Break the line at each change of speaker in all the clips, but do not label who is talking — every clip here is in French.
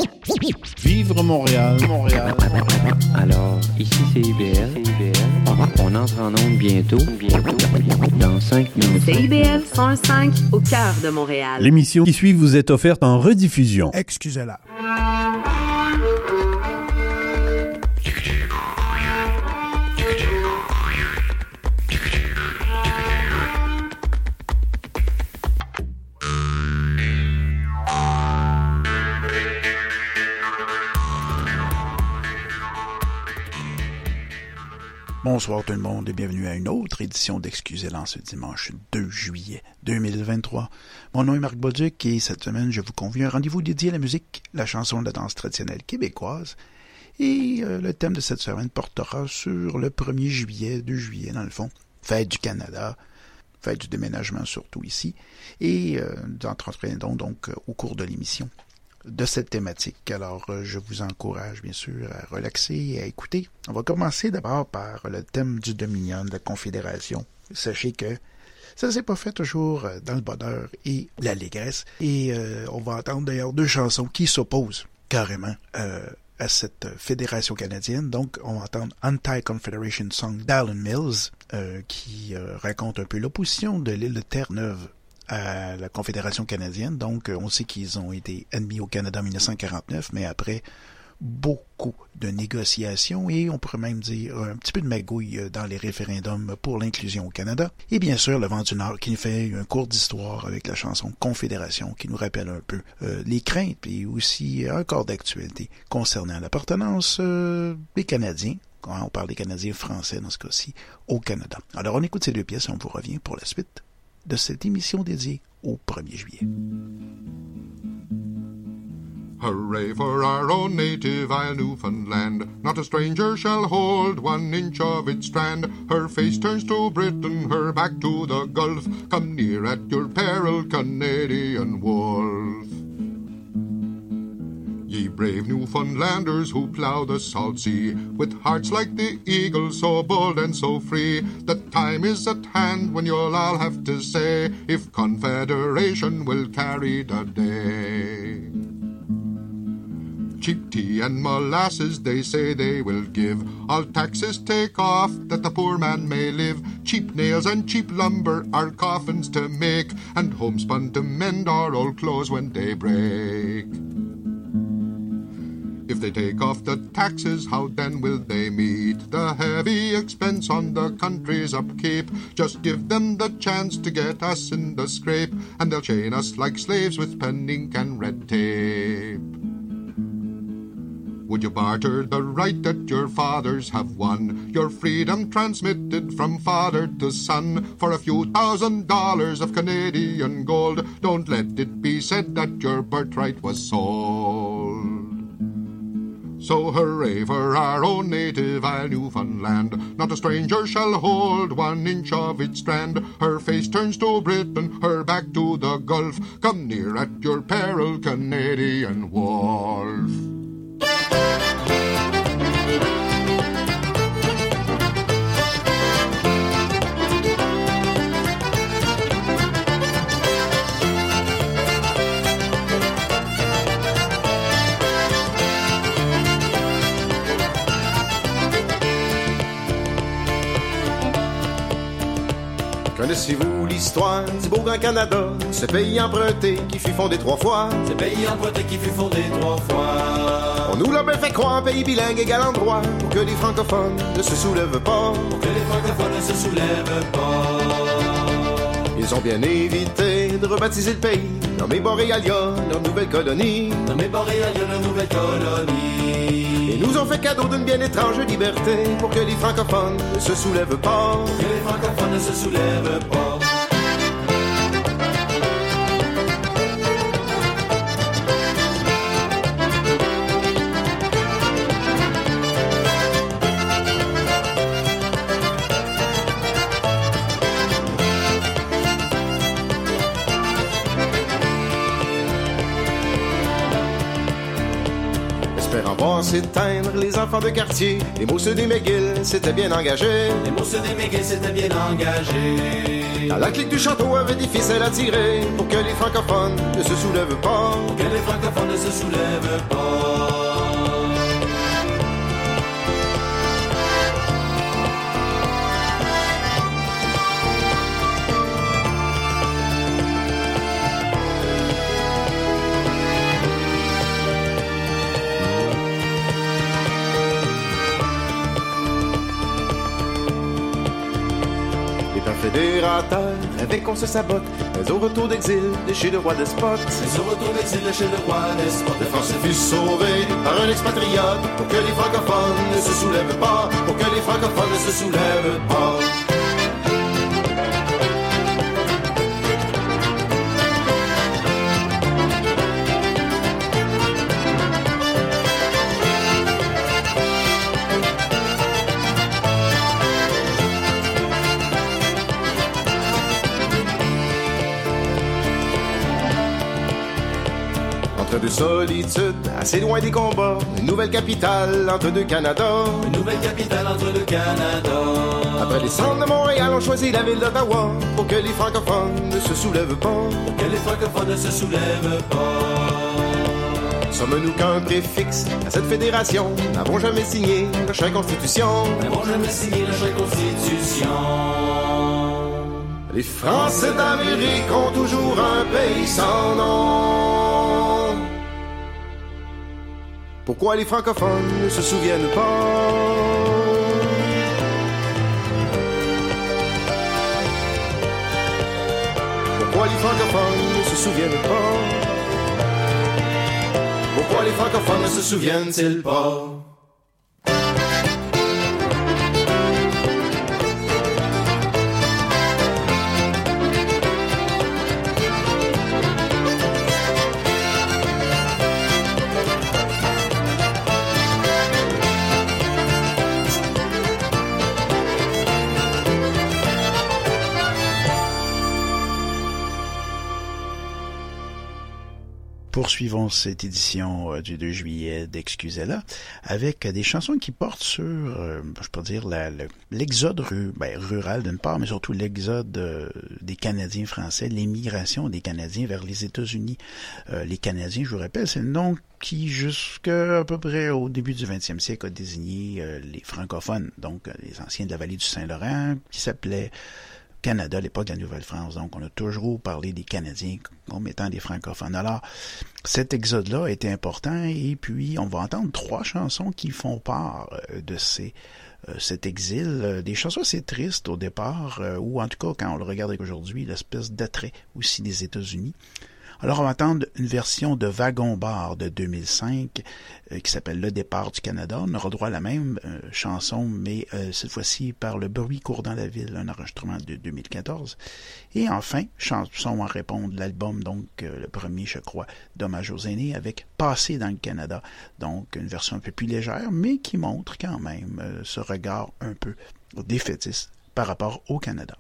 Vivre Montréal, Montréal.
Alors, ici c'est IBL. On entre en onde bientôt. Dans 5 minutes.
C'est IBL 105 au cœur de Montréal.
L'émission qui suit vous est offerte en rediffusion.
Excusez-la. Bonsoir tout le monde et bienvenue à une autre édition d'Excusez-la ce dimanche 2 juillet 2023. Mon nom est Marc Bolduc et cette semaine je vous convie à un rendez-vous dédié à la musique, la chanson de la danse traditionnelle québécoise. Et le thème de cette semaine portera sur le 1er juillet, 2 juillet dans le fond, fête du Canada, fête du déménagement surtout ici, et d'entretenons donc au cours de l'émission de cette thématique. Alors, je vous encourage, bien sûr, à relaxer et à écouter. On va commencer d'abord par le thème du Dominion, de la Confédération. Sachez que ça s'est pas fait toujours dans le bonheur et l'allégresse. Et on va entendre d'ailleurs deux chansons qui s'opposent carrément à cette fédération canadienne. Donc, on va entendre Anti-Confederation Song d'Alan Mills, qui raconte un peu l'opposition de l'île de Terre-Neuve à la Confédération canadienne. Donc, on sait qu'ils ont été admis au Canada en 1949, mais après beaucoup de négociations et on pourrait même dire un petit peu de magouille dans les référendums pour l'inclusion au Canada. Et bien sûr, le Vent du Nord qui nous fait un cours d'histoire avec la chanson Confédération qui nous rappelle un peu les craintes et aussi un corps d'actualité concernant l'appartenance des Canadiens. Quand on parle des Canadiens français dans ce cas-ci, au Canada. Alors, on écoute ces deux pièces et on vous revient pour la suite de cette émission dédiée au 1er juillet.
Hooray for our own native isle Newfoundland. Not a stranger shall hold 1 inch of its strand. Her face turns to Britain, her back to the Gulf. Come near at your peril, Canadian wolf. Ye brave Newfoundlanders who plough the salt sea, with hearts like the eagle, so bold and so free, the time is at hand when you'll all have to say if Confederation will carry the day. Cheap tea and molasses they say they will give, all taxes take off that the poor man may live. Cheap nails and cheap lumber our coffins to make, and homespun to mend our old clothes when they break. If they take off the taxes, how then will they meet the heavy expense on the country's upkeep? Just give them the chance to get us in the scrape, and they'll chain us like slaves with pen, ink, and red tape. Would you barter the right that your fathers have won, your freedom transmitted from father to son, for a few $1,000s of Canadian gold? Don't let it be said that your birthright was sold. So hooray for our own native isle Newfoundland. Not a stranger shall hold 1 inch of its strand. Her face turns to Britain, her back to the Gulf. Come near at your peril, Canadian wolf.
Connaissez-vous l'histoire du beau grand Canada, ce pays emprunté qui fut fondé 3 fois?
Ce pays emprunté qui fut fondé 3 fois.
On nous l'a bien fait croire, pays bilingue égal endroit, pour que les francophones ne se soulèvent pas.
Pour que les francophones ne se soulèvent pas.
Ils ont bien évité de rebaptiser le pays, nommé Boréalia, leur nouvelle colonie.
Nommé Boréalia, leur nouvelle colonie.
Et nous ont fait cadeau d'une bien étrange liberté, pour que les francophones ne se soulèvent pas.
Pour que les francophones ne se soulèvent pas.
Espérant voir s'éteindre les enfants de quartier, les mousses des McGill s'étaient bien engagés.
Les mousses des McGill s'étaient bien engagés.
Dans la clique du château avait des ficelles à tirer pour que les francophones ne se soulèvent pas.
Pour que les francophones ne se soulèvent pas.
Fédérateur, avec qu'on se sabote, mais au retour d'exil de chez le roi despote.
Mais au retour d'exil de chez le roi despote,
la France fut sauvée par un expatriate pour que les francophones ne se soulèvent pas, pour que les francophones ne se soulèvent pas. De solitude, assez loin des combats, une nouvelle capitale entre deux Canada.
Une nouvelle capitale entre deux Canada.
Après les centres de Montréal, on choisit la ville d'Ottawa pour que les francophones ne se soulèvent pas.
Pour que les francophones ne se soulèvent pas.
Sommes-nous qu'un préfixe à cette fédération? N'avons jamais signé la chère Constitution.
N'avons jamais signé la chère Constitution.
Les Français d'Amérique ont toujours un pays sans nom. Pourquoi les francophones ne se souviennent pas? Pourquoi les francophones ne se souviennent pas? Pourquoi les francophones ne se souviennent-ils pas?
Poursuivons cette édition du 2 juillet d'Excusez-la avec des chansons qui portent sur, je peux dire, l'exode rural d'une part, mais surtout l'exode des Canadiens français, l'émigration des Canadiens vers les États-Unis. Les Canadiens, je vous rappelle, c'est le nom qui, jusqu'à à peu près au début du 20e siècle, a désigné les francophones, donc les anciens de la vallée du Saint-Laurent, qui s'appelaient Canada à l'époque de la Nouvelle-France. Donc, on a toujours parlé des Canadiens comme étant des francophones. Alors, cet exode-là a été important et puis on va entendre 3 chansons qui font part de cet exil. Des chansons assez tristes au départ, ou en tout cas, quand on le regarde avec aujourd'hui, l'espèce d'attrait aussi des États-Unis. Alors, on va entendre une version de Wagon-Bar de 2005 qui s'appelle Le départ du Canada. On aura droit à la même chanson, mais cette fois-ci par Le bruit court dans la ville, un enregistrement de 2014. Et enfin, chanson en réponse de l'album, donc le premier, je crois, d'Hommage aux aînés, avec Passé dans le Canada. Donc, une version un peu plus légère, mais qui montre quand même ce regard un peu défaitiste par rapport au Canada.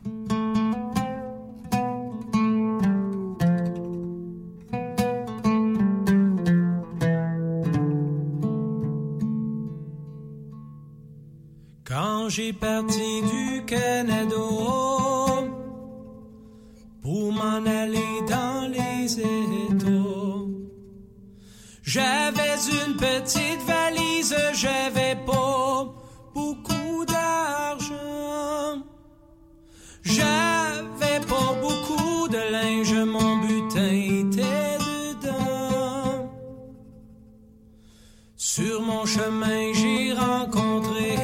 Quand j'ai parti du Canada pour m'en aller dans les États, j'avais une petite valise, j'avais pas beaucoup d'argent, j'avais pas beaucoup de linge, mon butin était dedans. Sur mon chemin, j'ai rencontré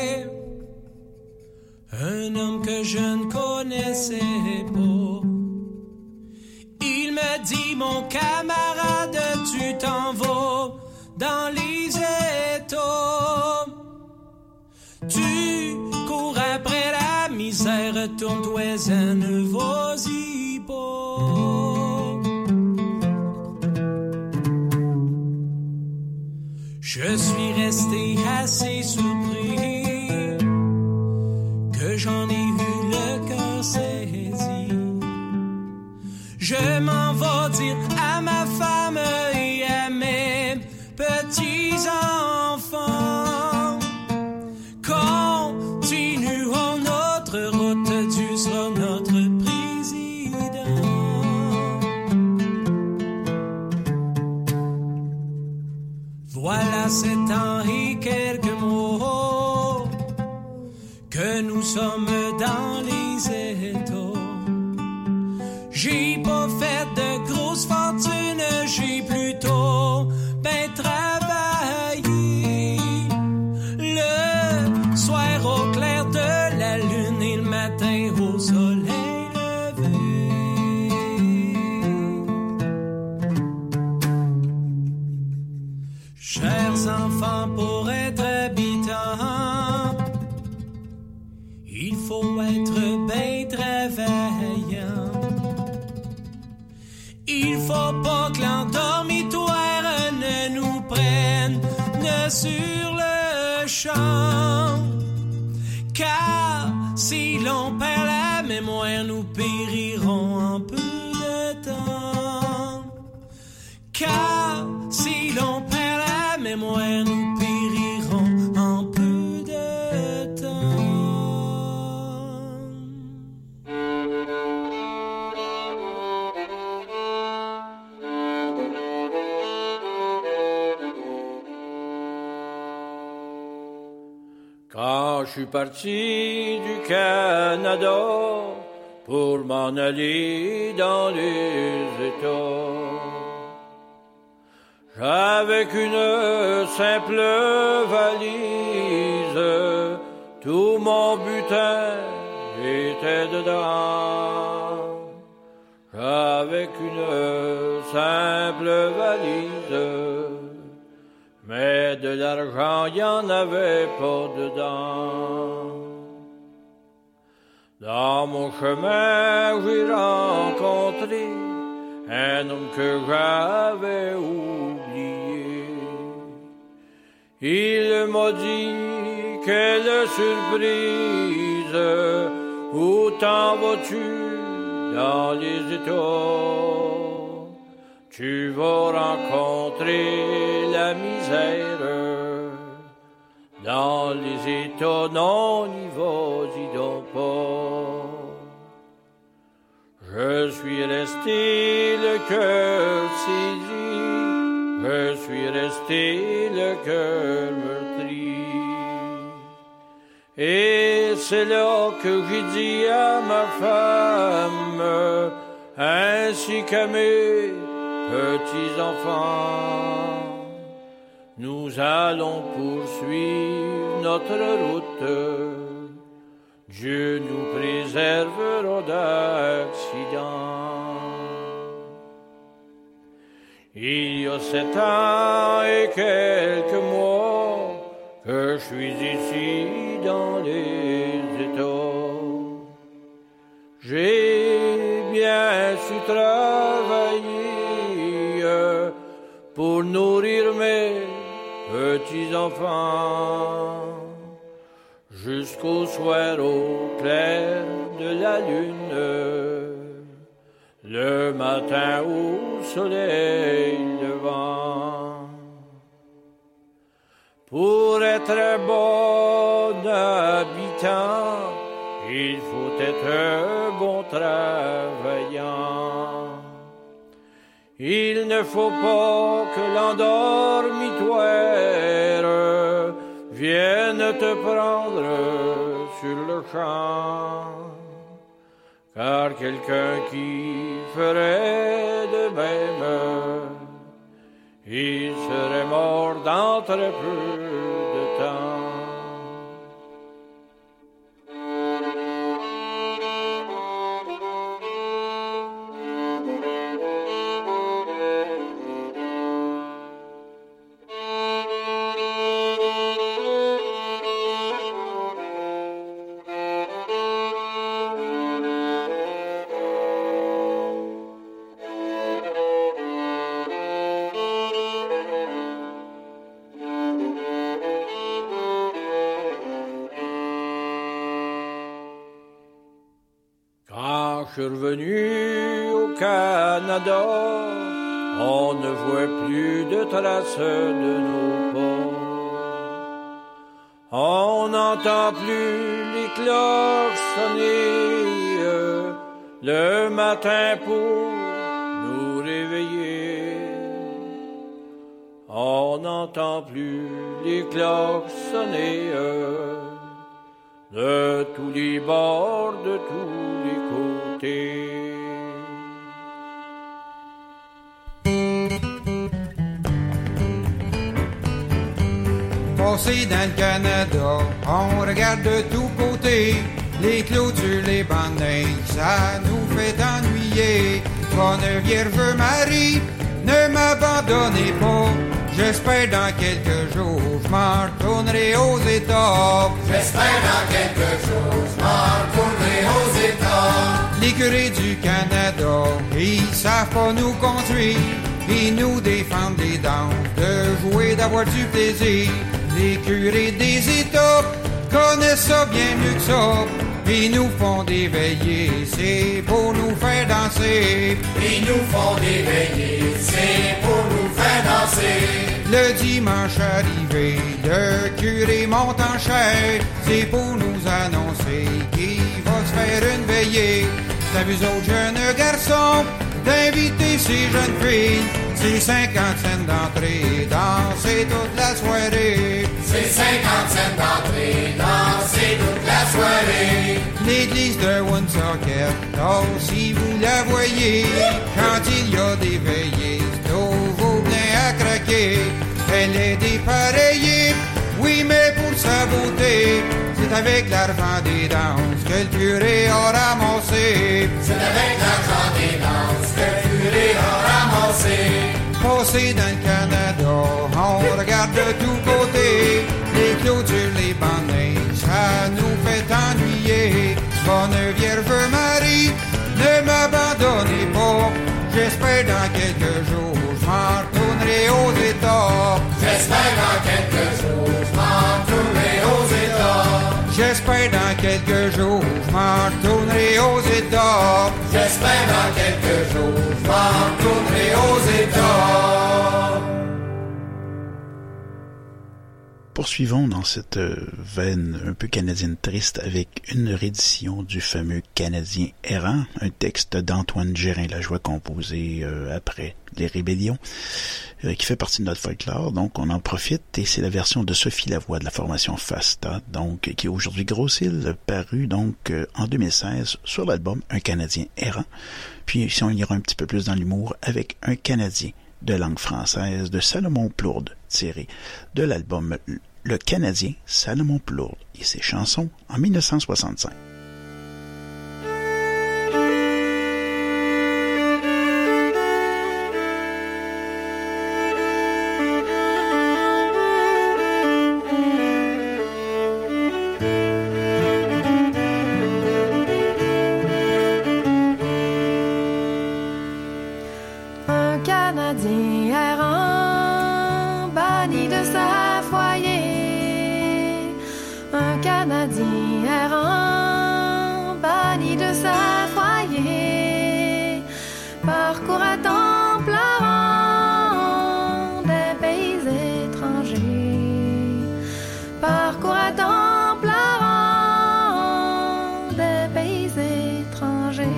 un homme que je ne connaissais pas. Il me dit, mon camarade, tu t'en vas dans les États. Tu cours après la misère, tourne-toi-en, ne vas-y pas. Je suis resté assez surpris que j'en ai eu le cœur saisi. Je m'en vais dire à ma femme et à mes petits enfants Voilà 7 ans et quelques mots que nous sommes dans les États. J'ai pas fait de grosses fortunes, j'ai plutôt ben travaillé. Le soir au clair de la lune et le matin au soleil levé. Chers enfants, pour être habitants, il faut être bien travaillant. Il faut pas que l'endormitoire ne nous prenne sur le champ. Car si l'on perd la mémoire, nous périrons en peu de temps. Car si l'on perd la mémoire, nous périrons en peu de temps.
Quand je suis parti du Canada pour m'en aller dans les États, j'avais qu'une simple valise, tout mon butin était dedans. J'avais qu'une simple valise, mais de l'argent, y en avait pas dedans. Dans mon chemin, j'ai rencontré un homme que j'avais oublié. Il m'a dit, quelle surprise, où t'en vas-tu dans les États? Tu vas rencontrer la misère dans les États, non, n'y vas-y donc pas. Je suis resté le cœur saisi, je suis resté le cœur meurtri. Et c'est là que j'ai dit à ma femme, ainsi qu'à mes petits-enfants, nous allons poursuivre notre route. Dieu nous préservera d'accidents. Il y a 7 ans et quelques mois que je suis ici dans les États. J'ai bien su travailler pour nourrir mes petits-enfants jusqu'au soir au clair de la lune, le matin au soleil levant. Pour être bon habitant, il faut être un bon travaillant. Il ne faut pas que l'endormitoire vienne te prendre sur le champ, car quelqu'un qui ferait de même, il serait mort dans très peu de temps. Je suis revenu au Canada, on ne voit plus de traces de nos pas. On n'entend plus les cloches sonner le matin pour nous réveiller. on n'entend plus les cloches sonner de tous les bords, de tous les côtés.
Passer dans le Canada, on regarde de tous côtés. Les clôtures, les bandes neige, ça nous fait ennuyer. Bonne Vierge Marie, ne m'abandonnez pas. J'espère dans quelques jours, je m'en retournerai aux États.
J'espère dans quelques jours, je m'en retournerai aux États.
Les curés du Canada, ils savent pas nous construire. Ils nous défendent les dents, de jouer, d'avoir du plaisir. Les curés des États connaissent ça bien mieux que ça. Ils nous font des veillées, c'est pour nous faire danser.
Ils nous font des veillées, c'est pour nous faire danser.
Le dimanche arrivé, le curé monte en chair. C'est pour nous annoncer qu'il va se faire une veillée. C'est à vous autres jeunes garçons d'inviter ces jeunes filles. C'est 50 cents d'entrée, danser toute la soirée.
C'est 50 cents d'entrée, danser toute la soirée.
L'église de Woonsocket, oh, si vous la voyez, quand il y a des veillées, c'est toujours plein à craquer. Elle est dépareillée, oui, mais pour sa beauté, c'est avec l'argent des danses que le curé a ramassé.
C'est avec l'argent des danses que le curé a ramassé.
Passer dans le Canada, on regarde de tous côtés. Les clôtures, les bandes neige, ça nous fait ennuyer. Bonne Vierge Marie, ne m'abandonnez pas. J'espère dans quelques jours, je m'en retournerai aux États.
J'espère dans quelques jours, je m'en retournerai aux États.
J'espère dans quelques jours, je m'en retournerai aux États.
J'espère dans quelques jours, je m'en retournerai aux États.
Poursuivons dans cette veine un peu canadienne triste avec une réédition du fameux Canadien errant, un texte d'Antoine Gérin-Lajoie composé après les rébellions, qui fait partie de notre folklore. Donc on en profite et c'est la version de Sophie Lavoie de la formation Fasta, donc qui est aujourd'hui Grossil, paru donc en 2016 sur l'album Un Canadien errant. Puis si on ira un petit peu plus dans l'humour, avec Un Canadien de langue française de Salomon Plourde, tiré de l'album Le Canadien Salomon Plourde et ses chansons en 1965.
Un Canadien errant, banni de sa foyer. Un Canadien errant, banni de sa foyer. Parcourt à temps pleurant des pays étrangers. Parcourt à temps pleurant des pays étrangers.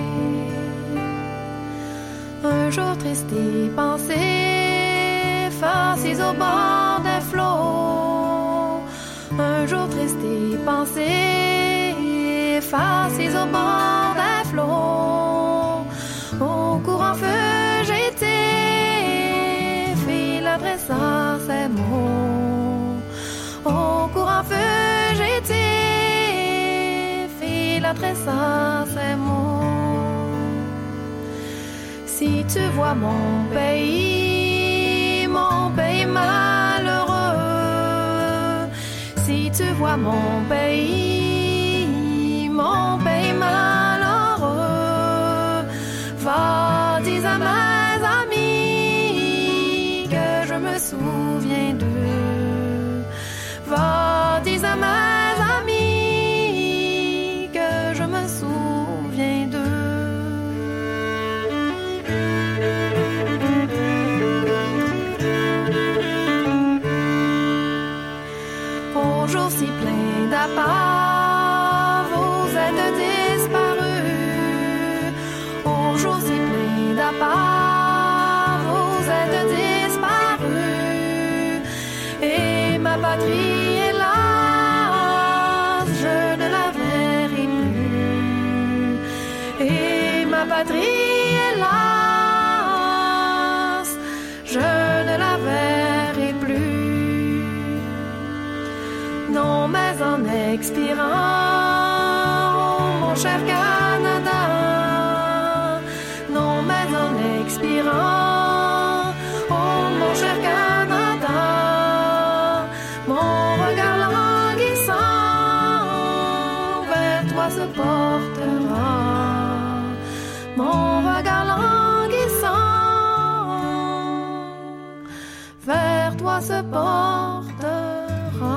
Un jour triste et pensé, assis au bord des flots. Un jour triste et pensé, assis au bord des flots. Au courant feu j'étais, fil adressa ces mots. Au courant feu j'étais, fil adressa ces mots. Si tu vois mon pays malheureux. Si tu vois mon pays malheureux. Va dis à mes amis que je me souviens d'eux. Va dis à mes amis que je me souviens d'eux. Jour si plein d'appât, vous êtes disparus. Au jour si plein d'appât, vous êtes disparus. ma patrie, hélas, je ne la verrai plus. Et ma patrie, hélas, je ne la verrai plus. Non, mais en expirant, mon cher Canada, non, mais en expirant, oh mon cher Canada, mon regard languissant vers toi se portera, mon regard languissant vers toi se portera.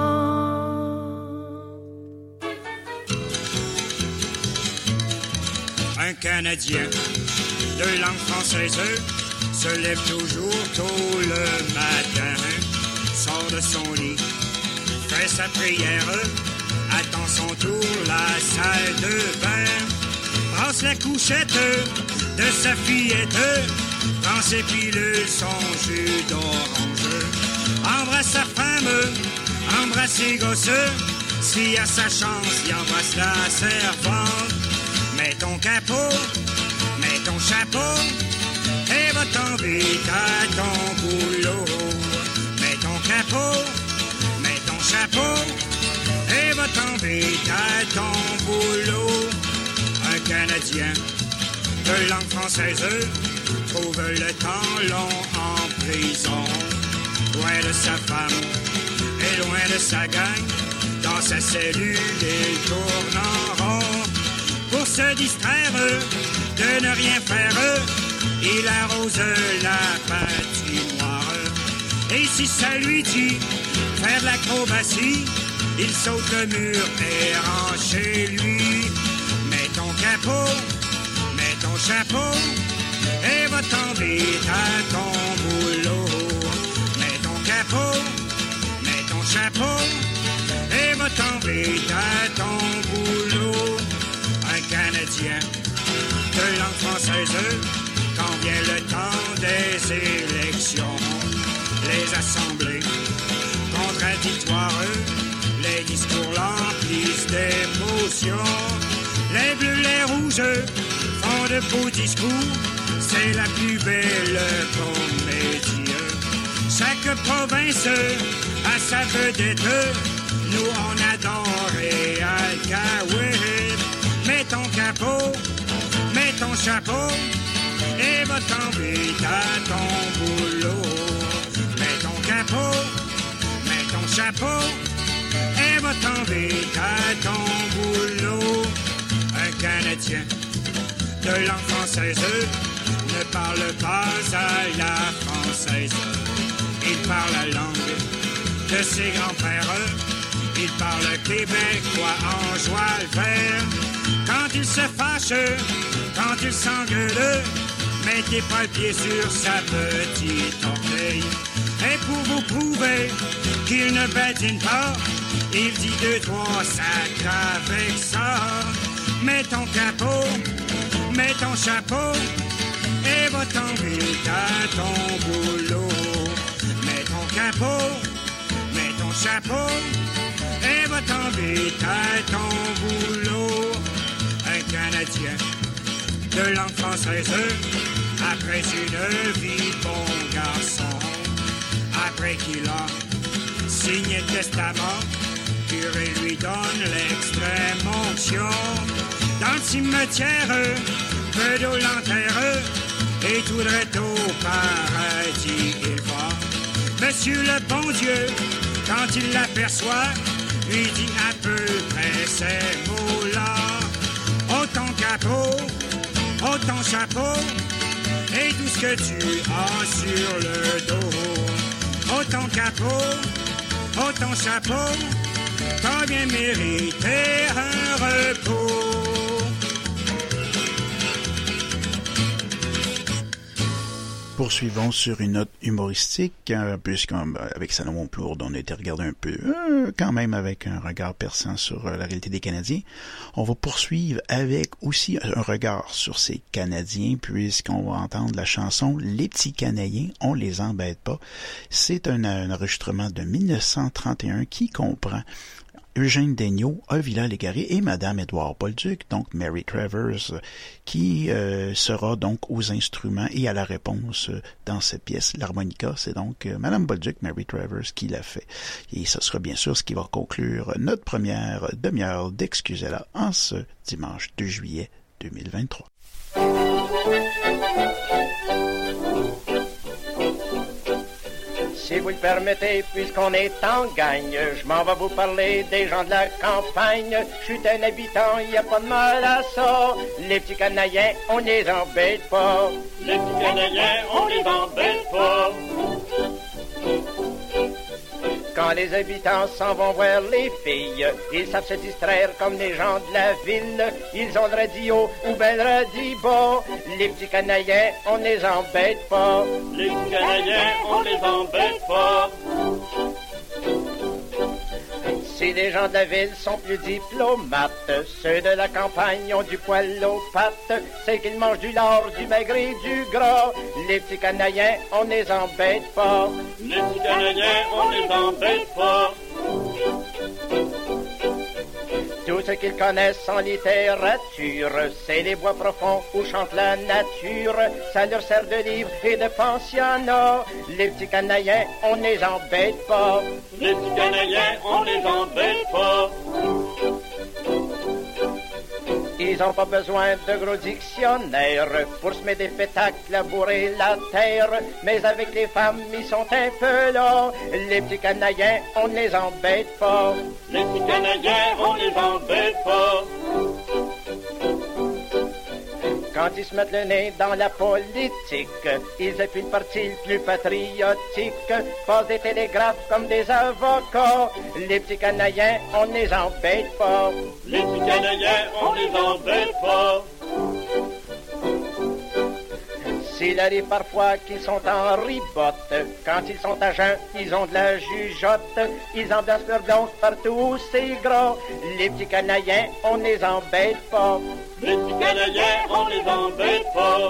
Un Canadien de langue française se lève toujours tôt le matin, sort de son lit, fait sa prière, attend son tour la salle de bain, brasse la couchette de sa fillette, prend ses pilules, son jus d'orange, embrasse sa femme, embrasse ses gosses, s'il a sa chance, il embrasse la servante. Mets ton capot, mets ton chapeau, et va-t'en vite à ton boulot. Mets ton capot, mets ton chapeau, et va-t'en vite à ton boulot. Un Canadien de langue française trouve le temps long en prison. Loin de sa femme et loin de sa gang, dans sa cellule il tourne en rond. Pour se distraire de ne rien faire, il arrose la patinoire. Et si ça lui dit faire de l'acrobatie, il saute le mur et rentre chez lui. Mets ton capot, mets ton chapeau, et va-t'en vite à ton boulot. Mets ton capot, mets ton chapeau, et va-t'en vite à ton boulot. Un Canadien de langue française, quand vient le temps des élections, les assemblées contradictoires, les discours l'emplissent d'émotions, les bleus, les rouges font de beaux discours, c'est la plus belle comédie. Chaque province a sa vedette, nous on adore Alcahuet. Mets ton capot, mets ton chapeau, et va-t'en vite à ton boulot. Mets ton capot, mets ton chapeau, et va-t'en vite à ton boulot. Un Canadien de langue française ne parle pas à la française. Il parle la langue de ses grands-pères. Il parle québécois en joie le vert. Quand il se fâche, quand il s'engueule, mettez pas le pied sur sa petite orteil. Et pour vous prouver qu'il ne badine pas, il dit 2, 3 sacs avec ça. Mets ton capot, mets ton chapeau, et va-t'en vite à ton boulot. Mets ton capot, mets ton chapeau, et va-t'en vite à ton boulot. Un Canadien de langue française, après une vie bon garçon, après qu'il a signé le testament, curé lui donne l'extrême onction. Dans le cimetière, peu d'eau l'enterre, et tout droit au paradis il va. Monsieur le bon Dieu, quand il l'aperçoit, lui dit à peu près ces mots-là. Oh ton capot, oh ton chapeau, et tout ce que tu as sur le dos. Oh ton capot, oh ton chapeau, t'as bien mérité un repos.
「
Poursuivons sur une note humoristique, puisqu'avec Salomon Plourde, on a été regardé un peu, quand même avec un regard perçant sur la réalité des Canadiens. On va poursuivre avec aussi un regard sur ces Canadiens, puisqu'on va entendre la chanson « Les petits Canadiens, on les embête pas ». C'est un enregistrement de 1931 qui comprend Eugène Daigneault, Avila Légaré et Madame Édouard Bolduc, donc Mary Travers, qui sera donc aux instruments et à la réponse dans cette pièce. L'harmonica, c'est donc Madame Bolduc, Mary Travers qui l'a fait. Et ce sera bien sûr ce qui va conclure notre première demi-heure d'Excusez-la en ce dimanche 2 juillet 2023.
Si vous le permettez, puisqu'on est en gagne, je m'en vais vous parler des gens de la campagne. Je suis un habitant, y a pas de mal à ça. Les petits Canadiens, on les embête pas. Les petits Canadiens, on les embête pas. Quand les habitants s'en vont voir les filles, ils savent se distraire comme les gens de la ville. Ils ont le radio ou ben le radio bas. Les petits Canadiens, on les embête pas. Les petits Canadiens, on les embête pas. Si les gens de la ville sont plus diplomates, ceux de la campagne ont du poil aux pattes, c'est qu'ils mangent du lard, du maigre et du gras. Les petits Canadiens, on les embête pas. Les petits Canadiens, on les embête pas. Tout ce qu'ils connaissent en littérature, c'est les bois profonds où chante la nature. Ça leur sert de livre et de pensionnat. Les petits Canadiens, on les embête pas. Les petits Canadiens, on les embête pas. Ils ont pas besoin de gros dictionnaires pour se mettre des pétacles, labourer la terre. Mais avec les femmes, ils sont un peu là. Les petits Canadiens, on ne les embête pas. Les petits Canadiens, on les embête pas. Quand ils se mettent le nez dans la politique, ils appuient le parti le plus patriotique, passent des télégraphes comme des avocats. Les petits Canadiens, on ne les embête pas. Les petits Canadiens, on les embête pas. S'il arrive parfois qu'ils sont en ribotte, quand ils sont à jeun, ils ont de la jugeote. Ils embrassent leurs blondes partout où c'est gras. Les petits Canadiens, on ne les embête pas. Les petits Canadiens, on les embête pas.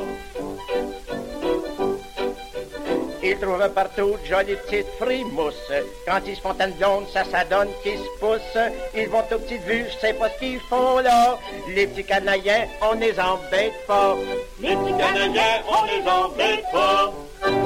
Ils trouvent partout de jolies petites frimousses. Quand ils se font une blonde, ça donne qu'ils se poussent. Ils vont aux petites vues, je sais pas ce qu'ils font là. Les petits Canadiens, on les embête pas. Les petits Canadiens, on les embête pas.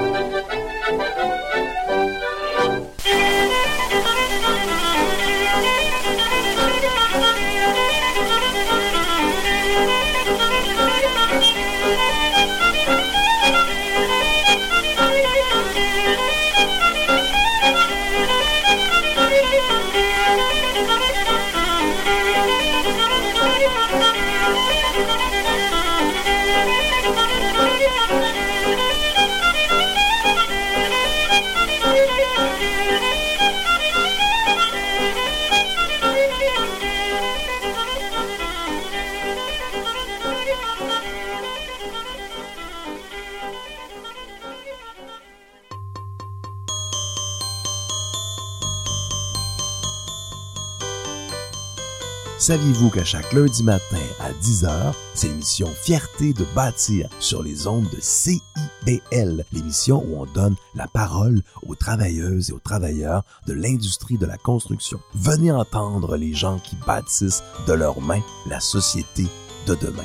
Saviez-vous qu'à chaque lundi matin à 10h, c'est l'émission Fierté de bâtir sur les ondes de CIBL, l'émission où on donne la parole aux travailleuses et aux travailleurs de l'industrie de la construction. Venez entendre les gens qui bâtissent de leurs mains la société de demain.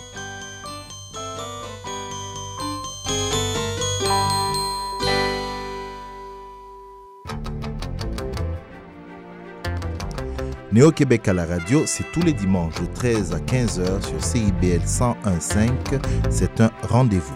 Néo-Québec à la radio, c'est tous les dimanches de 13 à 15h sur CIBL 101.5. C'est un rendez-vous.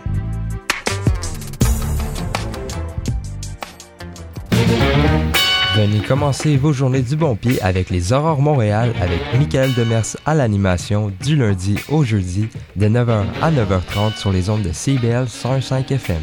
Venez commencer vos journées du bon pied avec les Aurores Montréal avec Michael Demers à l'animation du lundi au jeudi de 9h à 9h30 sur les ondes de CIBL 101.5 FM.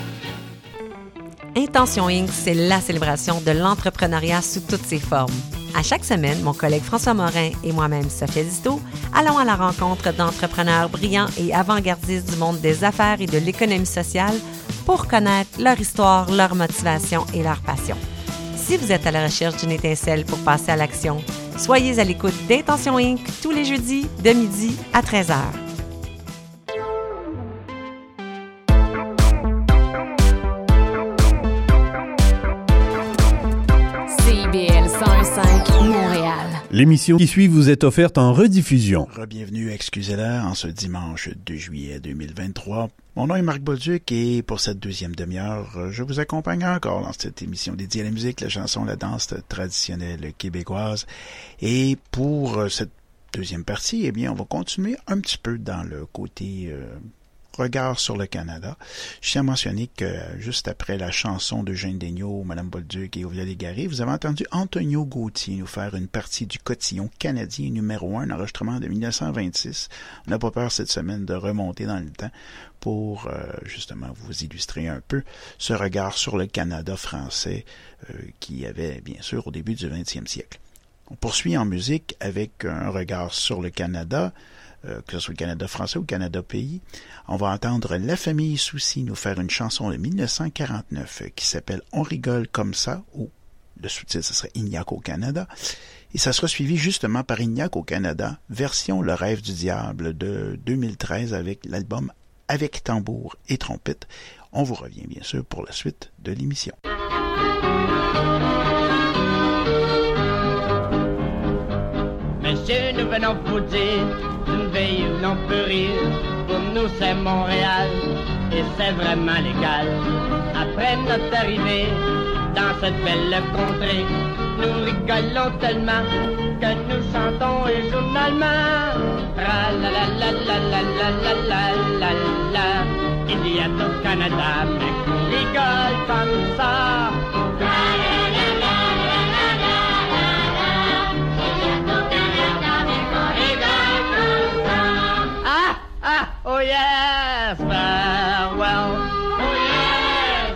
Intention Inc., c'est la célébration de l'entrepreneuriat sous toutes ses formes. À chaque semaine, mon collègue François Morin et moi-même, Sophie Zito, allons à la rencontre d'entrepreneurs brillants et avant-gardistes du monde des affaires et de l'économie sociale pour connaître leur histoire, leur motivation et leur passion. Si vous êtes à la recherche d'une étincelle pour passer à l'action, soyez à l'écoute d'Intention Inc. tous les jeudis de midi à 13h.
CIBL 101.5 Montréal.
L'émission qui suit vous est offerte en rediffusion.
Bienvenue à Excusez-la en ce dimanche 2 juillet 2023. Mon nom est Marc Bolduc et pour cette deuxième demi-heure, je vous accompagne encore dans cette émission dédiée à la musique, la chanson, la danse traditionnelle québécoise. Et pour cette deuxième partie, eh bien, on va continuer un petit peu dans le côté regard sur le Canada. Je tiens à mentionner que juste après la chanson de Jeanne Daigneault, Mme Bolduc et Ovia Légaré, vous avez entendu Antonio Gauthier nous faire une partie du Cotillon canadien numéro 1, un enregistrement de 1926. On n'a pas peur cette semaine de remonter dans le temps pour justement vous illustrer un peu ce regard sur le Canada français qu'il y avait bien sûr au début du 20e siècle. On poursuit en musique avec un regard sur le Canada, que ce soit le Canada français ou le Canada pays. On va entendre La Famille Soucy nous faire une chanson de 1949 qui s'appelle On rigole comme ça, ou le sous-titre ce serait Ignac au Canada. Et ça sera suivi justement par Ignac au Canada, version Le Rêve du Diable de 2013 avec l'album Avec tambour et trompette. On vous revient bien sûr pour la suite de l'émission.
Monsieur, nous venons vous dire d'une veille où l'on peut rire. Pour nous, c'est Montréal et c'est vraiment légal. Après notre arrivée dans cette belle contrée, nous rigolons tellement que nous chantons et journalement. Tra la la la la la la la la la la. Il y a au Canada, mais qu'on rigole comme ça. Tra la la la la la la la. Il y a au Canada, mais qu'on rigole comme ça. Ah, ah, oh yes, farewell. Oh yes,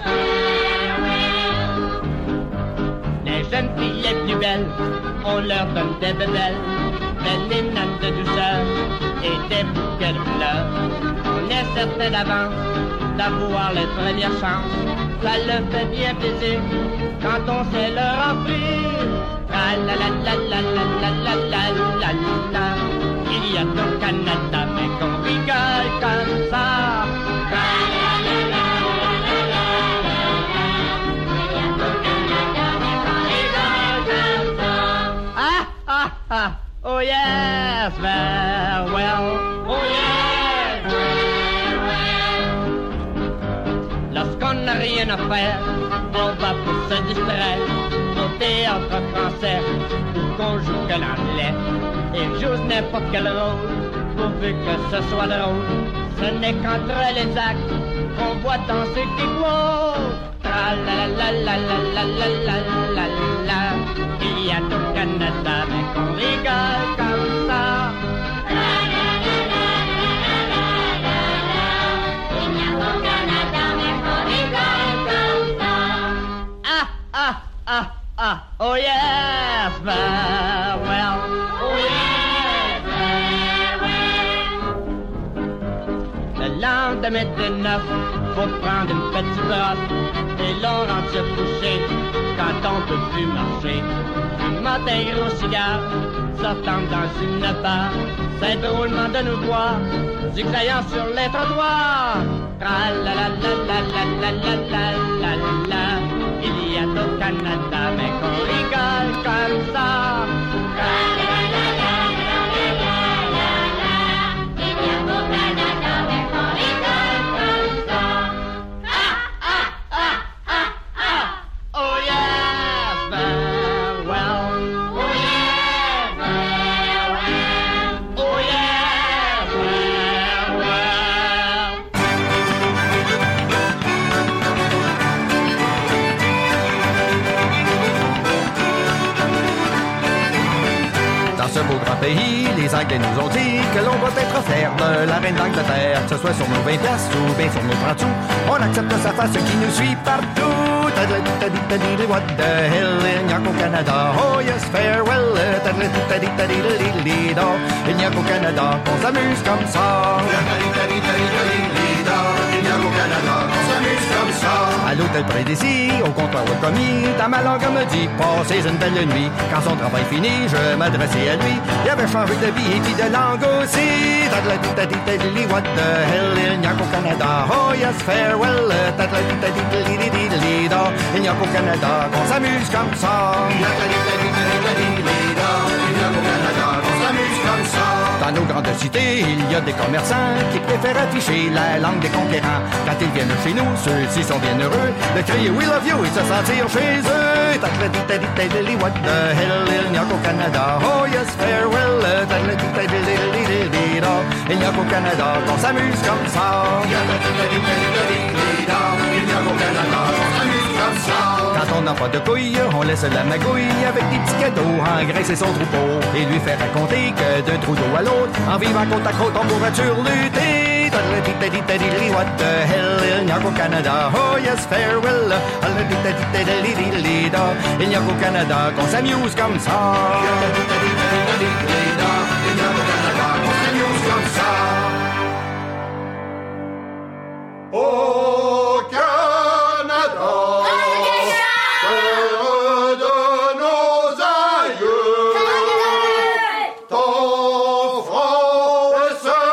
farewell. Les jeunes filles les plus belles, on leur donne des bébelles, des linottes de douceur et des bouquets de fleurs. On est certain d'avance d'avoir les premières chances. Ça le fait bien plaisir quand on sait leur offrir. La la la la la la la la la la la. Il y a au Canada mais qu'on rigole comme ça. La la la la la la la la. Il y a au Canada mais qu'on rigole comme ça. Ah ah ah. Oh yes, farewell. Oh yes, farewell. Lorsqu'on n'a rien à faire, on va pour se distraire au théâtre français ou qu'on joue que l'anglais. Et joue n'importe quel rôle, pourvu que ce soit drôle. Ce n'est qu'entre les actes qu'on voit danser des gros. Tra la la la la la la la la la. Il y a au Canada mais qu'on rigole comme ça. La la la la la la la la. Il y a au Canada mais qu'on rigole comme ça. Ah ah ah ah. Oh yes, farewell. Oh yes, farewell. Le lendemain de neuf, faut prendre une petite brosse et l'on rentre se coucher quand on peut plus marcher. Fumant un gros cigare, sortant dans une barre, c'est drôlement de nous voir zigzayant sur les trottoirs. Tra la la la la la la la la la la. Il y a au Canada mais qu'on rigole comme ça. Tra la la la la la la la la. Il y a au Canada mais qu'on rigole comme ça. Ah ah ah ah ah. Oh yes, farewell. Oh yes, farewell. Oh yes, farewell.
Dans ce beau grand pays, les Anglais nous ont dit que l'on va être offert de la reine d'Angleterre, que ce soit sur nos 20 piastres ou bien sur nos 30 sous. On accepte sa face qui nous suit partout. What the hell, il n'y a qu'au Canada. Oh yes, farewell. Il n'y a qu'au Canada qu'on s'amuse comme ça. Il n'y a qu'au Canada qu'on s'amuse comme ça. À l'hôtel près d'ici, au comptoir au commis, ta ma langue me dit passez une belle nuit. Quand son travail fini, je m'adressais à lui. Il avait changé de vie et puis de langue aussi. What the hell, il n'y a qu'au Canada. Oh yes, farewell. Il n'y a qu'au Canada qu'on s'amuse comme ça. Il n'y a qu'au Canada qu'on s'amuse comme ça. Dans nos grandes cités, il y a des commerçants qui préfèrent afficher la langue des conquérants. Quand ils viennent chez nous, ceux-ci sont bien heureux de crier We love you et de se sentir chez eux. What the hell, il n'y a qu'au Canada. Oh yes, farewell. Il n'y a qu'au Canada qu'on s'amuse comme ça. Il n'y a qu'au Canada qu'on s'amuse comme ça. Quand on n'a pas de couilles, on laisse la magouille avec des petits cadeaux, engraisser son troupeau et lui faire raconter que d'un trou d'eau à l'autre, en vivant côte à côte, on pourrait surlutter. What the hell, il n'y a qu'au Canada. Oh yes, farewell. Il n'y a qu'au Canada qu'on s'amuse comme ça. Il n'y a qu'au Canada qu'on s'amuse comme ça. Au Canada, terre de nos aïeux, ton front et sœur.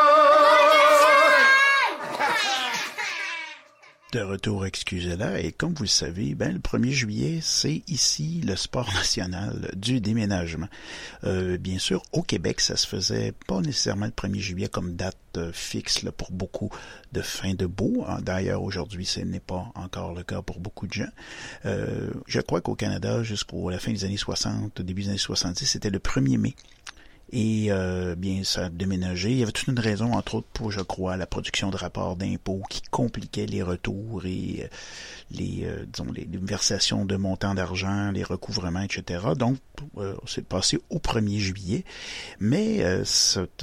De retour, excusez-la, et comme vous le savez, ben, le 1er juillet, c'est ici le sport national du déménagement. Bien sûr, au Québec, ça se faisait pas nécessairement le 1er juillet comme date fixe là, pour beaucoup de fin de beau. D'ailleurs, aujourd'hui, ce n'est pas encore le cas pour beaucoup de gens. Je crois qu'au Canada, jusqu'à la fin des années 60, au début des années 70, c'était le 1er mai. Et bien, ça a déménagé. Il y avait toute une raison, entre autres, pour, je crois, la production de rapports d'impôts qui compliquaient les retours et les versations de montants d'argent, les recouvrements, etc. Donc, c'est passé au 1er juillet. Mais cette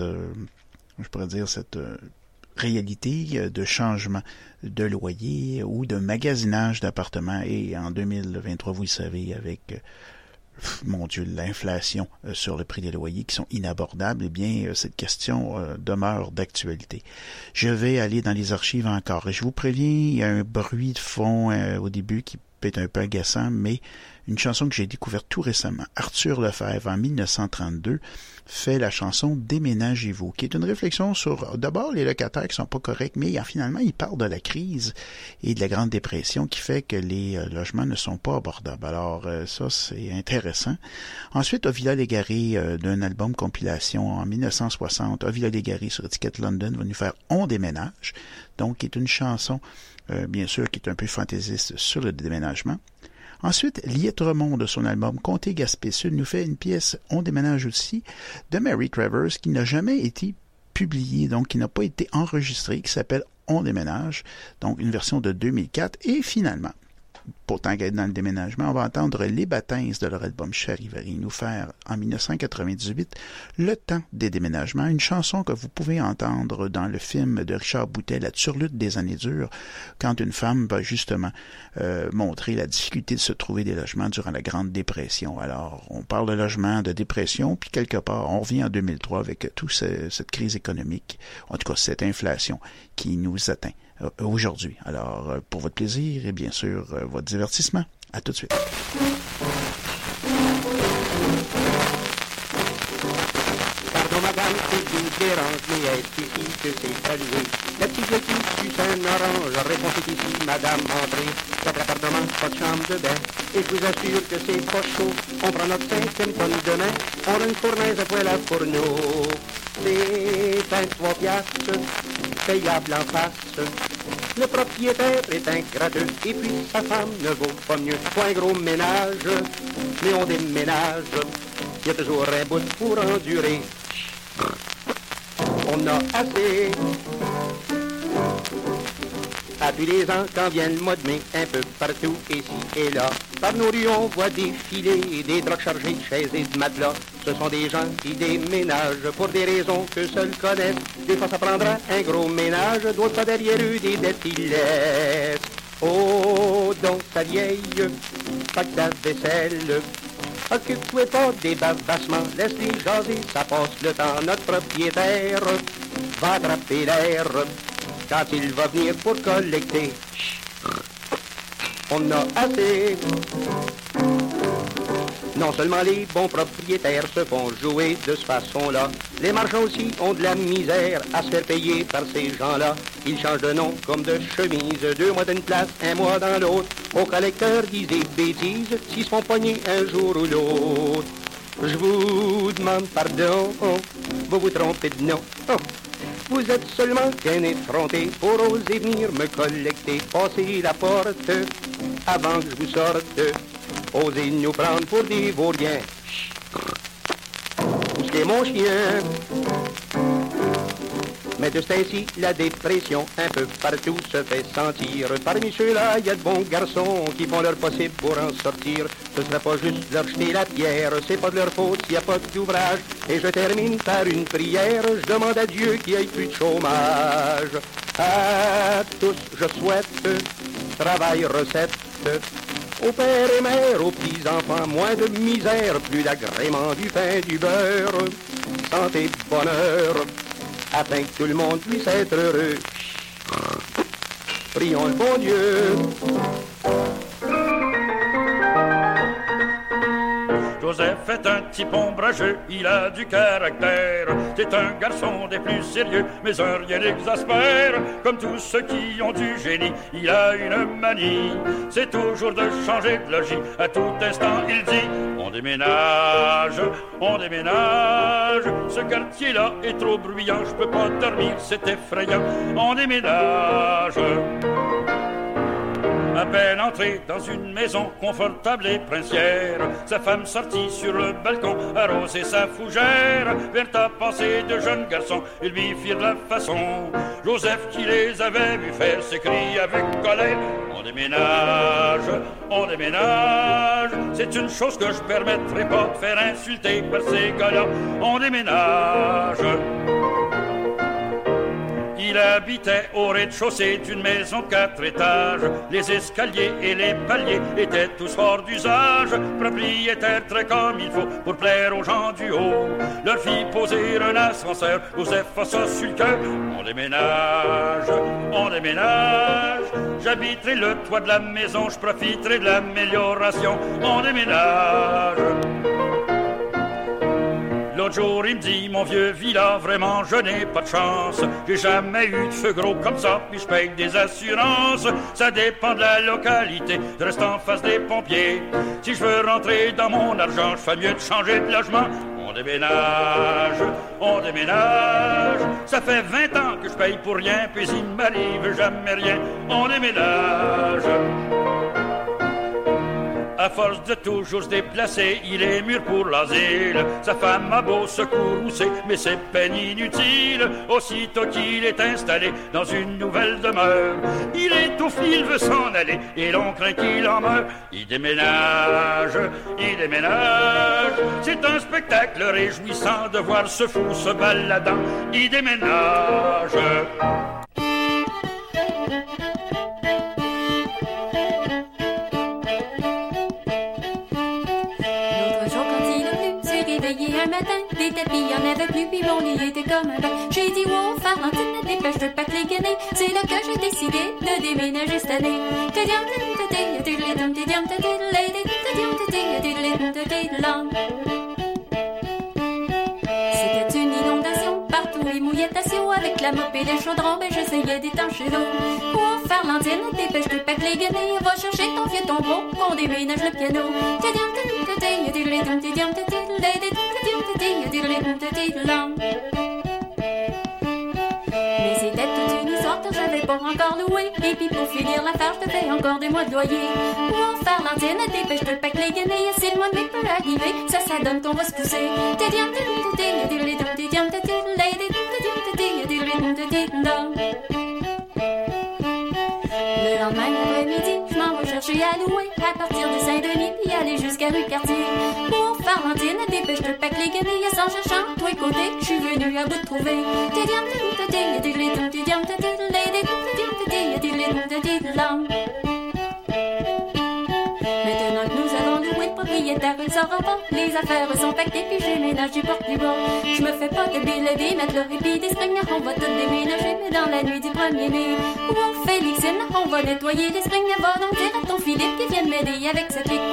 réalité de changement de loyer ou de magasinage d'appartements, et en 2023, vous le savez, avec mon Dieu, l'inflation sur le prix des loyers qui sont inabordables, eh bien, cette question demeure d'actualité. Je vais aller dans les archives encore. Et je vous préviens, il y a un bruit de fond au début qui peut être un peu agaçant, mais une chanson que j'ai découverte tout récemment. Arthur Lefebvre, en 1932, fait la chanson « Déménagez-vous », qui est une réflexion sur, d'abord, les locataires qui sont pas corrects, mais finalement, il parle de la crise et de la Grande Dépression qui fait que les logements ne sont pas abordables. Alors, ça, c'est intéressant. Ensuite, Ovila Légaré, d'un album compilation en 1960, Ovila Légaré sur étiquette London va nous faire « On déménage », donc qui est une chanson, bien sûr, qui est un peu fantaisiste sur le déménagement. Ensuite, Liette Remond, de son album Comté Gaspé Sud, nous fait une pièce « On déménage aussi » de Mary Travers qui n'a jamais été publiée, donc qui n'a pas été enregistrée, qui s'appelle « On déménage », donc une version de 2004. Et finalement, pourtant qu'être dans le déménagement, on va entendre Les Baptêmes de leur album Charivari nous faire en 1998 Le temps des déménagements, une chanson que vous pouvez entendre dans le film de Richard Boutet, La turlute des années dures, quand une femme va justement montrer la difficulté de se trouver des logements durant la Grande Dépression. Alors, on parle de logement, de dépression, puis quelque part, on revient en 2003 avec toute cette crise économique, en tout cas cette inflation qui nous atteint aujourd'hui. Alors, pour votre plaisir et bien sûr votre divertissement, à tout de suite.
Pardon madame, c'est vous dérange, mais est-ce ici que c'est salué? La petite qui suce un orange, réponse est ici, madame, entrez. Quatre appartements, pas de chambre de bain, et je vous assure que c'est pas chaud. On prend notre 5e tonne demain, on a une fournaise à poêle à fourneau. C'est 23 piastres, payable en face. Le propriétaire est ingrateux, et puis sa femme ne vaut pas mieux. Pas un gros ménage, mais on déménage. Il y a toujours un bout pour endurer. On a assez. À tous les ans, quand vient le mois de mai, un peu partout, ici et là, par nos rues, on voit défiler des trucks chargés de chaises et de matelas. Ce sont des gens qui déménagent pour des raisons que seuls connaissent. Des fois, ça prendra un gros ménage, d'autres pas derrière eux des dettes ils laissent. Oh, donc sa vieille, pas que sa vaisselle. Occupe-toi pas des bavassements, laisse-les jaser, ça passe le temps. Notre propriétaire va attraper l'air quand il va venir pour collecter. On a assez. Non seulement les bons propriétaires se font jouer de cette façon-là, les marchands aussi ont de la misère à se faire payer par ces gens-là. Ils changent de nom comme de chemise, 2 mois d'une place, 1 mois dans l'autre. Aux collecteurs disent des bêtises s'ils se font pogner un jour ou l'autre. Je vous demande pardon, vous vous trompez de nom. Vous êtes seulement qu'un effronté pour oser venir me collecter. Passez la porte avant que je vous sorte. Osez nous prendre pour des vauriens. Où est mon chien? Mais de ce temps-ci, la dépression un peu partout se fait sentir. Parmi ceux-là, il y a de bons garçons qui font leur possible pour en sortir. Ce serait pas juste leur jeter la pierre, c'est pas de leur faute s'il n'y a pas d'ouvrage. Et je termine par une prière, je demande à Dieu qu'il n'y ait plus de chômage. À tous, je souhaite travail, recette. Aux pères et mères, aux petits-enfants, moins de misère, plus d'agrément du pain, du beurre, santé, bonheur, afin que tout le monde puisse être heureux. Prions le bon Dieu.
Joseph est un type ombrageux, il a du caractère. C'est un garçon des plus sérieux, mais un rien l'exaspère. Comme tous ceux qui ont du génie, il a une manie. C'est toujours de changer de logis, à tout instant il dit on déménage, on déménage. Ce quartier-là est trop bruyant, je peux pas dormir, c'est effrayant. On déménage. À peine entré dans une maison confortable et princière, sa femme sortit sur le balcon arroser sa fougère. Vers ta pensée de jeunes garçons, ils lui firent de la façon. Joseph qui les avait vus faire s'écrie avec colère on déménage, on déménage. C'est une chose que je permettrai pas de faire insulter par ces gars-là. On déménage. Il habitait au rez-de-chaussée d'une maison de 4 étages. Les escaliers et les paliers étaient tous hors d'usage. Propriétaire très comme il faut pour plaire aux gens du haut. Leur fit poser un ascenseur, Joseph a ça sur le cœur. On déménage, on déménage. J'habiterai le toit de la maison, je profiterai de l'amélioration. On déménage. L'autre jour, il me dit, mon vieux villa, vraiment, je n'ai pas de chance. J'ai jamais eu de feu gros comme ça, puis je paye des assurances. Ça dépend de la localité, je reste en face des pompiers. Si je veux rentrer dans mon argent, je fais mieux de changer de logement. On déménage, on déménage. Ça fait 20 ans que je paye pour rien, puis il m'arrive jamais rien. On déménage. À force de toujours se déplacer, il est mûr pour l'asile. Sa femme a beau se courroucer, mais c'est peine inutile. Aussitôt qu'il est installé dans une nouvelle demeure, il étouffe, il veut s'en aller, et l'on craint qu'il en meure. Il déménage, il déménage. C'est un spectacle réjouissant de voir ce fou se baladant. Il déménage.
Des tapis, y'en avait plus, puis mon lit était comme un bac. J'ai dit, wow, Valentine, dépêche-toi pas te les gagner. C'est là que j'ai décidé de déménager cette année. C'était une inondation, partout les mouillait à sio. Avec la mop et les chaudrons, ben j'essayais d'étancher l'eau. Wow, Valentine, dépêche-toi pas te les gagner. Va chercher ton vieux tombeau, qu'on déménage le piano. Mais c'était toute une histoire que j'avais pas encore loué. Et puis pour finir l'affaire, je devais encore des mois de loyer. Wow, Valentine, dépêche-toi pas que les guenilles. Si le mois de mai peut arriver, ça donne qu'on va se pousser. Le lendemain après-midi, je m'en vais chercher à louer. À partir de Saint-Denis, puis aller jusqu'à rue Cartier. Pour Valentine, dépêche-toi pas que les guenilles. Sans cherchant, tous les côtés, je suis venu à bout de trouver. Mais tard, il s'en pas. Les affaires sont pactées, puis j'ai ménagé pour plus beau. Je me fais pas de billets, des matelas et puis des springs. On va tout déménager, mais dans la nuit du 1er mai. Oh, Félixine, on va nettoyer les springs. Va donc dire à ton Philippe qu'il vienne m'aider avec cette pique.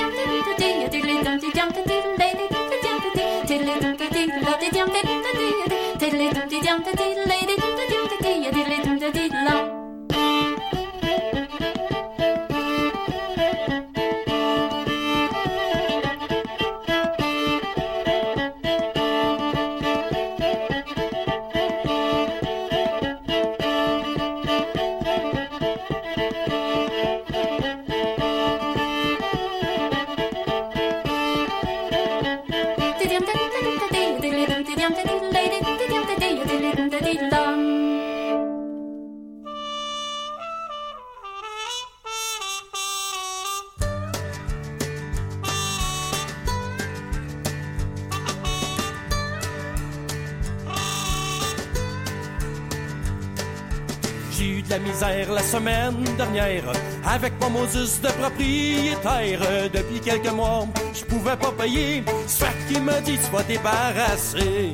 J'ai eu de la misère la semaine dernière avec mon modus de propriétaire. Depuis quelques mois, je pouvais pas payer. C'est fait qu'il m'a dit tu vas te débarrasser.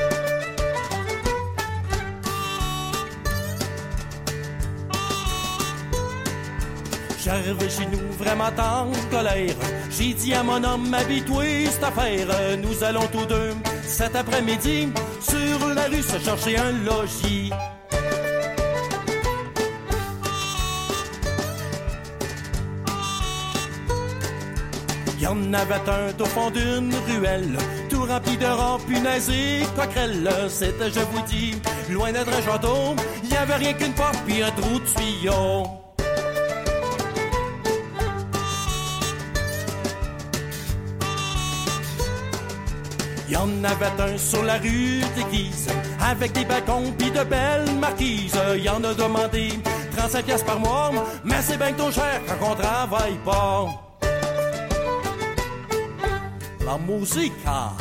J'arrive chez nous vraiment en colère. J'ai dit à mon homme habitué cette affaire. Nous allons tous deux cet après-midi sur la rue se chercher un logis. Il y en avait un au fond d'une ruelle, tout rempli de rats, punaises et coquerelles. C'était, je vous dis, loin d'être un château. Il y avait rien qu'une porte puis un trou de tuyau. Il y en avait un sur la rue d'Église, avec des balcons pis de belles marquises. Il y en a demandé 35 piastres par mois, mais c'est bien trop cher quand on travaille pas. La musica.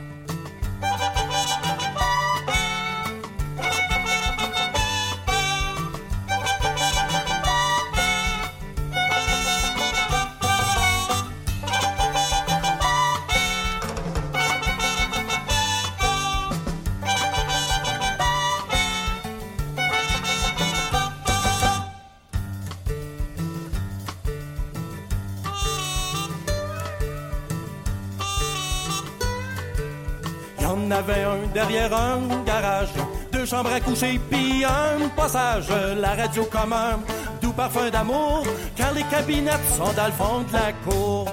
Il y en avait un derrière un garage, 2 chambres à coucher puis un passage. La radio comme un doux parfum d'amour, car les cabinettes sont dans le fond de la cour.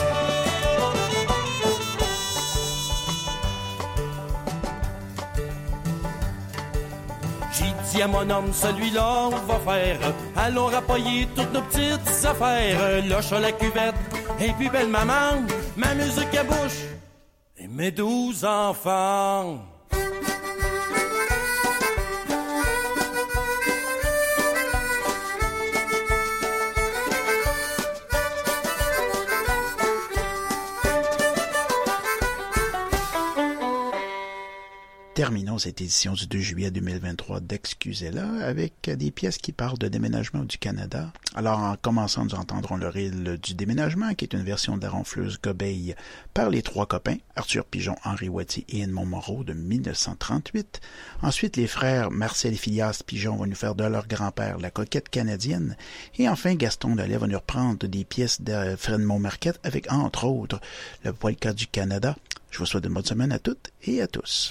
J'ai dit à mon homme, celui-là on va faire. Allons rappoyer toutes nos petites affaires. Loche à la cuvette, et puis belle maman, ma musique à bouche et mes 12 enfants.
Terminons cette édition du 2 juillet 2023 d'Excusez-la avec des pièces qui parlent de déménagement du Canada. Alors, en commençant, nous entendrons le reel du déménagement, qui est une version de la ronfleuse Gobeil par les 3 copains, Arthur Pigeon, Henri Wattier et Edmond Moreau de 1938. Ensuite, les frères Marcel et Phileas Pigeon vont nous faire de leur grand-père La Coquette canadienne. Et enfin, Gaston Delay va nous reprendre des pièces de Fred Montmarquette avec, entre autres, le Polka du Canada. Je vous souhaite une bonne semaine à toutes et à tous.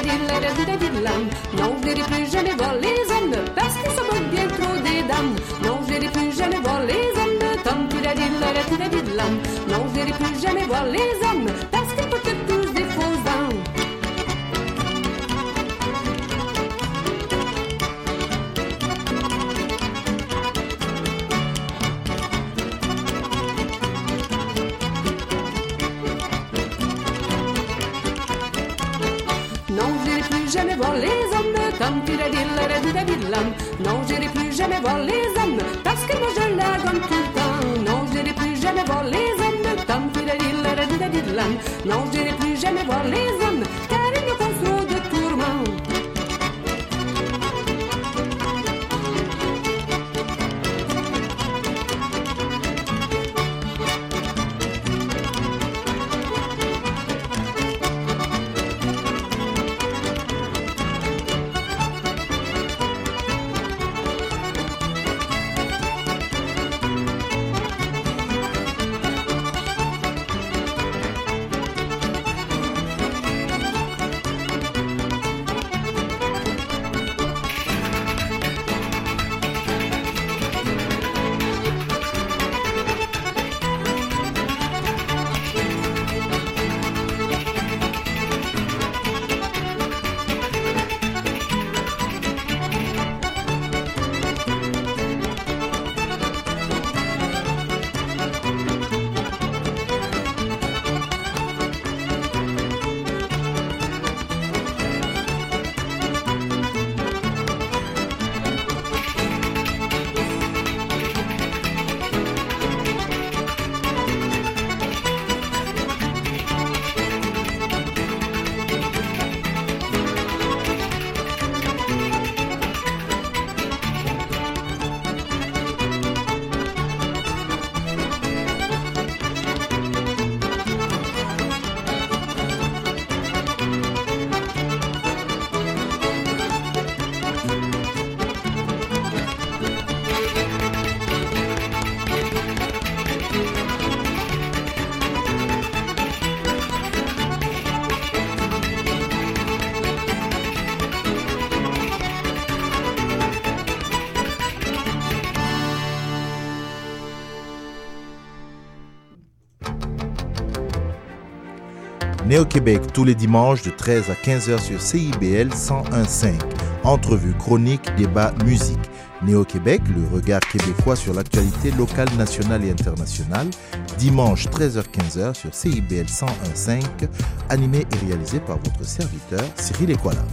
tam-ti-da-di-la-da-di-da-di-lam. Non, je n'irai plus jamais voir les hommes parce qu'ils se moquent bien trop des dames. Non, je n'irai plus jamais voir les hommes. Tam-ti-da-di-la-da-di-da-di-lam. Non, je n'irai plus jamais voir les hommes parce qu'ils portent tous des fausses dents. Jamais voir les hommes, tam-ti-da-di-la-da-di-da-di-lam. Non, j'irai plus jamais voir les hommes, parce que moi je la donne tout le temps. Non, j'irai plus jamais voir les hommes, tam-ti-da-di-la-da-di-da-di-lam. Non, j'irai plus jamais voir les hommes, car ils me causent trop de tourments.
Néo-Québec tous les dimanches de 13 à 15h sur CIBL 101.5. Entrevues, chroniques, débats, musique. Néo-Québec, le regard québécois sur l'actualité locale, nationale et internationale. Dimanche 13h-15h sur CIBL 101.5. Animé et réalisé par votre serviteur Cyril Ekwala.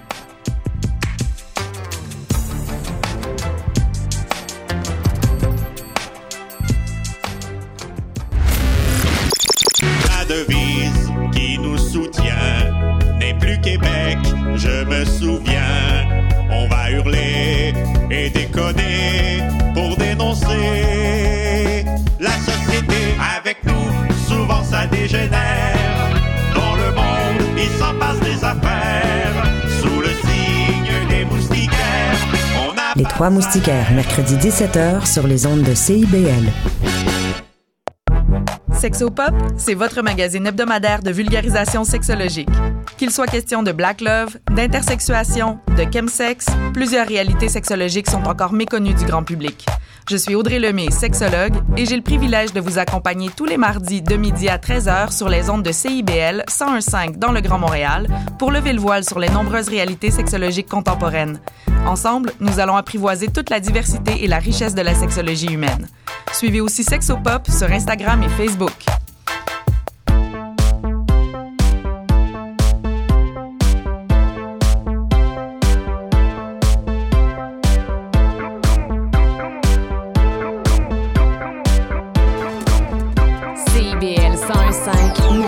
La devise qui nous soutient n'est plus Québec, je me souviens. On va hurler et déconner pour dénoncer la société. Avec nous, souvent ça dégénère. Dans le monde, il s'en passe des affaires. Sous le signe des moustiquaires, on a...
Les Trois Moustiquaires, mercredi 17h sur les ondes de CIBL.
Sexopop, c'est votre magazine hebdomadaire de vulgarisation sexologique. Qu'il soit question de black love, d'intersexuation, de chemsex, plusieurs réalités sexologiques sont encore méconnues du grand public. Je suis Audrey Lemay, sexologue, et j'ai le privilège de vous accompagner tous les mardis de midi à 13h sur les ondes de CIBL 101.5 dans le Grand Montréal pour lever le voile sur les nombreuses réalités sexologiques contemporaines. Ensemble, nous allons apprivoiser toute la diversité et la richesse de la sexologie humaine. Suivez aussi Sexopop sur Instagram et Facebook.